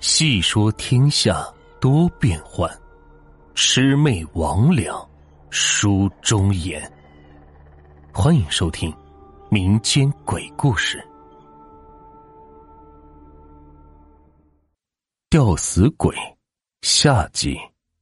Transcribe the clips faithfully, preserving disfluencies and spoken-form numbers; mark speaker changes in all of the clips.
Speaker 1: 细说天下多变幻，魑魅魍魉书中言。欢迎收听民间鬼故事。吊死鬼下集。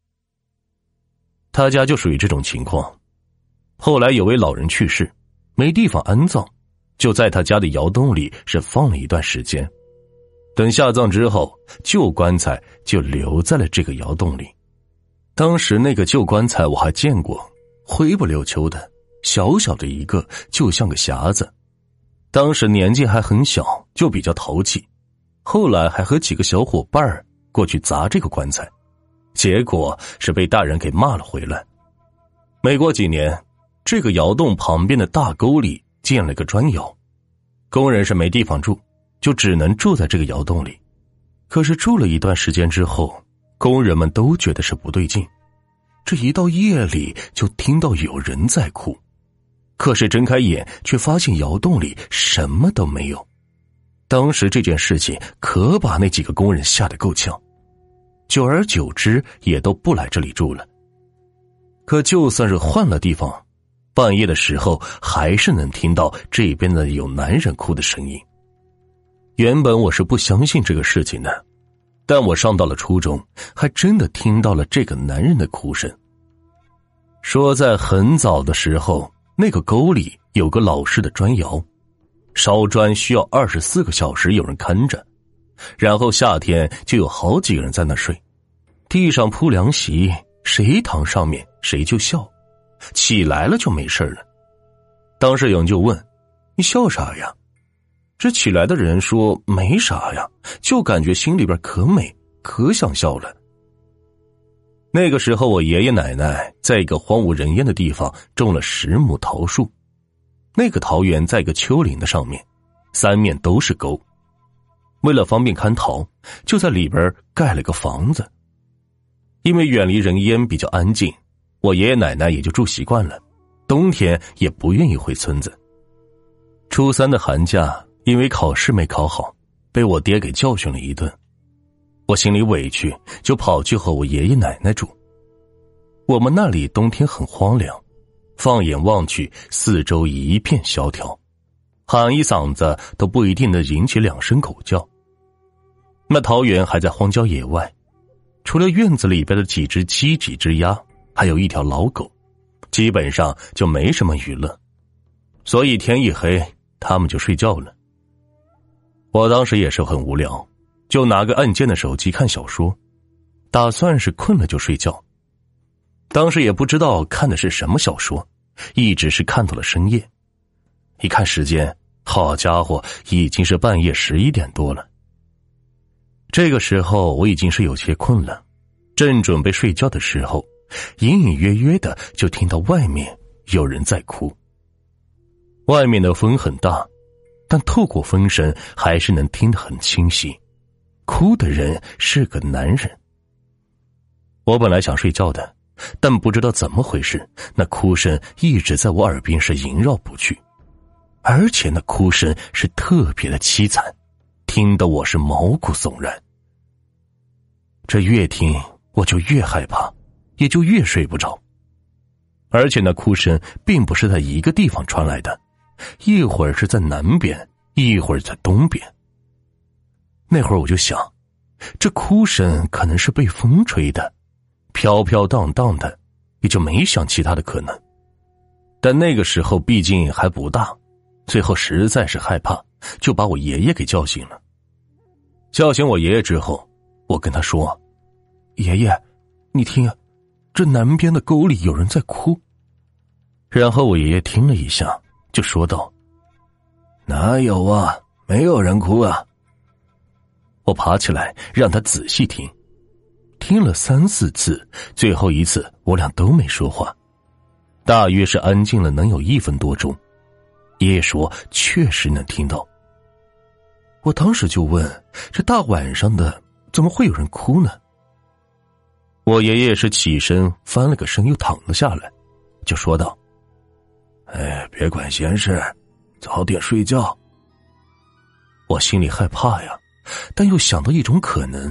Speaker 1: 他家就属于这种情况。后来有位老人去世，没地方安葬，就在他家的窑洞里是放了一段时间。等下葬之后，旧棺材就留在了这个窑洞里。当时那个旧棺材我还见过，灰不溜秋的，小小的一个，就像个匣子。当时年纪还很小，就比较淘气，后来还和几个小伙伴过去砸这个棺材，结果是被大人给骂了回来。没过几年，这个窑洞旁边的大沟里建了个砖窑，工人是没地方住，就只能住在这个窑洞里。可是住了一段时间之后，工人们都觉得是不对劲，这一到夜里就听到有人在哭，可是睁开眼却发现窑洞里什么都没有。当时这件事情可把那几个工人吓得够呛，久而久之也都不来这里住了。可就算是换了地方，半夜的时候还是能听到这边的有男人哭的声音。原本我是不相信这个事情的，但我上到了初中，还真的听到了这个男人的哭声。说在很早的时候，那个沟里有个老式的砖窑，烧砖需要二十四个小时有人看着，然后夏天就有好几个人在那睡，地上铺凉席，谁躺上面谁就笑，起来了就没事了。当时有人就问，你笑啥呀？这起来的人说没啥呀，就感觉心里边可美，可想笑了。那个时候我爷爷奶奶在一个荒无人烟的地方种了十亩桃树，那个桃园在一个丘陵的上面，三面都是沟。为了方便看桃，就在里边盖了个房子。因为远离人烟比较安静，我爷爷奶奶也就住习惯了，冬天也不愿意回村子。初三的寒假，因为考试没考好，被我爹给教训了一顿。我心里委屈，就跑去和我爷爷奶奶住。我们那里冬天很荒凉，放眼望去，四周一片萧条，喊一嗓子都不一定能引起两声狗叫。那桃园还在荒郊野外，除了院子里边的几只鸡几只鸭，还有一条老狗，基本上就没什么娱乐，所以天一黑他们就睡觉了。我当时也是很无聊，就拿个按键的手机看小说，打算是困了就睡觉。当时也不知道看的是什么小说，一直是看到了深夜。一看时间，好家伙，已经是半夜十一点多了。这个时候我已经是有些困了，正准备睡觉的时候，隐隐约约的就听到外面有人在哭。外面的风很大，但透过风声还是能听得很清晰，哭的人是个男人。我本来想睡觉的，但不知道怎么回事，那哭声一直在我耳边是萦绕不去，而且那哭声是特别的凄惨，听得我是毛骨悚然。这越听我就越害怕，也就越睡不着。而且那哭声并不是在一个地方传来的，一会儿是在南边，一会儿在东边。那会儿我就想，这哭声可能是被风吹的，飘飘荡荡的，也就没想其他的可能。但那个时候毕竟还不大，最后实在是害怕，就把我爷爷给叫醒了。叫醒我爷爷之后，我跟他说，爷爷，你听，这南边的沟里有人在哭。然后我爷爷听了一下，就说道，哪有啊，没有人哭啊。我爬起来让他仔细听，听了三四次，最后一次我俩都没说话，大约是安静了能有一分多钟。爷爷说确实能听到。我当时就问，这大晚上的怎么会有人哭呢？我爷爷是起身翻了个身又躺了下来，就说道，哎，别管闲事，早点睡觉。我心里害怕呀，但又想到一种可能，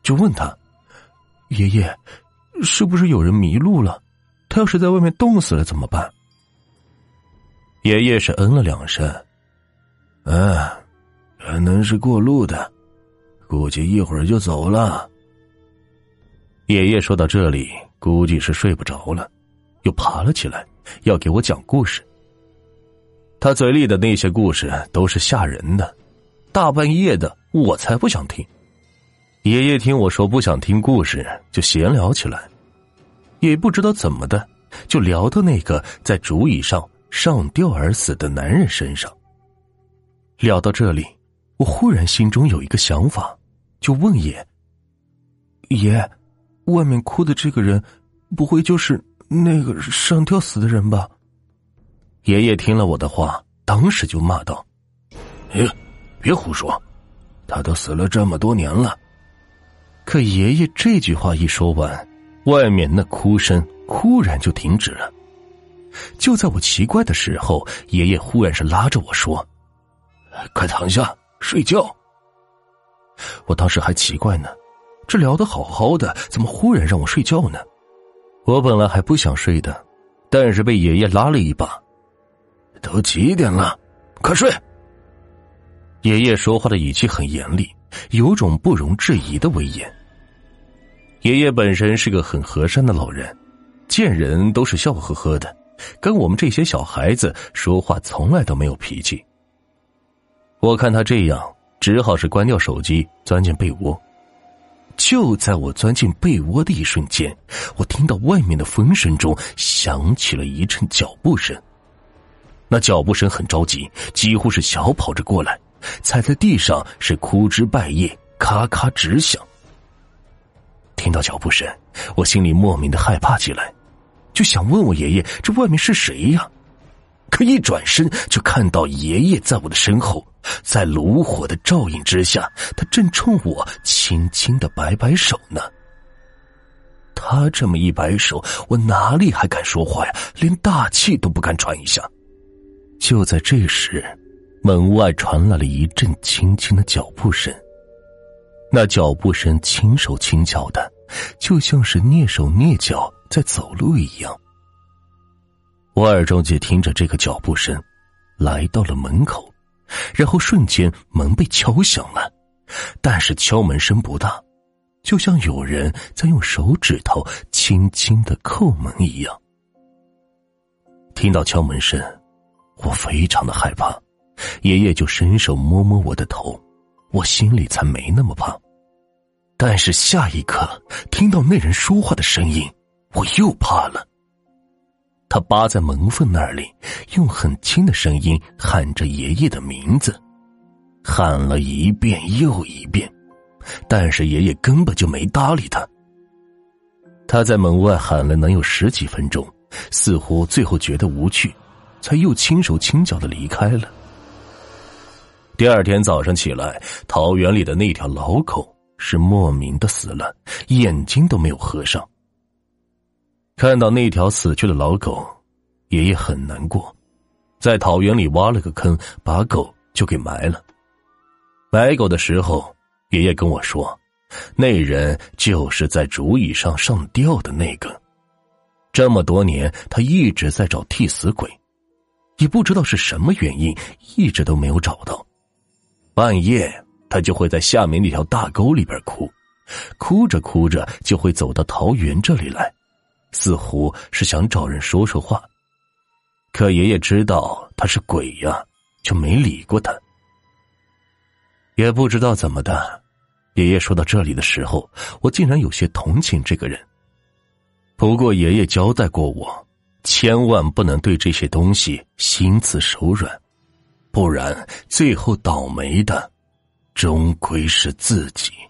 Speaker 1: 就问他：“爷爷，是不是有人迷路了？他要是在外面冻死了怎么办？”爷爷是嗯了两声：“嗯，可能是过路的，估计一会儿就走了。”爷爷说到这里，估计是睡不着了，又爬了起来，要给我讲故事。他嘴里的那些故事都是吓人的，大半夜的我才不想听。爷爷听我说不想听故事，就闲聊起来，也不知道怎么的，就聊到那个在竹椅上上吊而死的男人身上。聊到这里，我忽然心中有一个想法，就问爷：“爷，外面哭的这个人，不会就是那个上吊死的人吧？”爷爷听了我的话，当时就骂道：“哎，别胡说，他都死了这么多年了。”可爷爷这句话一说完，外面那哭声忽然就停止了。就在我奇怪的时候，爷爷忽然是拉着我说：“快躺下睡觉。”我当时还奇怪呢，这聊得好好的，怎么忽然让我睡觉呢？我本来还不想睡的，但是被爷爷拉了一把：“都几点了，快睡。”爷爷说话的语气很严厉，有种不容置疑的威严。爷爷本身是个很和善的老人，见人都是笑呵呵的，跟我们这些小孩子说话从来都没有脾气。我看他这样，只好是关掉手机，钻进被窝。就在我钻进被窝的一瞬间，我听到外面的风声中响起了一阵脚步声。那脚步声很着急，几乎是小跑着过来，踩在地上是枯枝败叶，咔咔直响。听到脚步声，我心里莫名的害怕起来，就想问我爷爷，这外面是谁呀？可一转身就看到爷爷在我的身后，在炉火的照映之下，他正冲我轻轻的摆摆手呢。他这么一摆手，我哪里还敢说话呀，连大气都不敢喘一下。就在这时，门外传来了一阵轻轻的脚步声。那脚步声轻手轻脚的，就像是蹑手蹑脚在走路一样。我耳中只听着这个脚步声，来到了门口，然后瞬间门被敲响了，但是敲门声不大，就像有人在用手指头轻轻的叩门一样。听到敲门声，我非常的害怕，爷爷就伸手摸摸我的头，我心里才没那么怕。但是下一刻听到那人说话的声音，我又怕了。他扒在门缝那里，用很轻的声音喊着爷爷的名字，喊了一遍又一遍，但是爷爷根本就没搭理他。他在门外喊了能有十几分钟，似乎最后觉得无趣，才又轻手轻脚的离开了。第二天早上起来，桃园里的那条老狗是莫名的死了，眼睛都没有合上。看到那条死去的老狗，爷爷很难过，在桃园里挖了个坑，把狗就给埋了。埋狗的时候，爷爷跟我说，那人就是在竹椅上上吊的那个。这么多年，他一直在找替死鬼，也不知道是什么原因，一直都没有找到。半夜他就会在下面那条大沟里边哭，哭着哭着就会走到桃园这里来，似乎是想找人说说话。可爷爷知道他是鬼呀，就没理过他。也不知道怎么的，爷爷说到这里的时候，我竟然有些同情这个人。不过爷爷交代过我，千万不能对这些东西心慈手软，不然最后倒霉的终归是自己。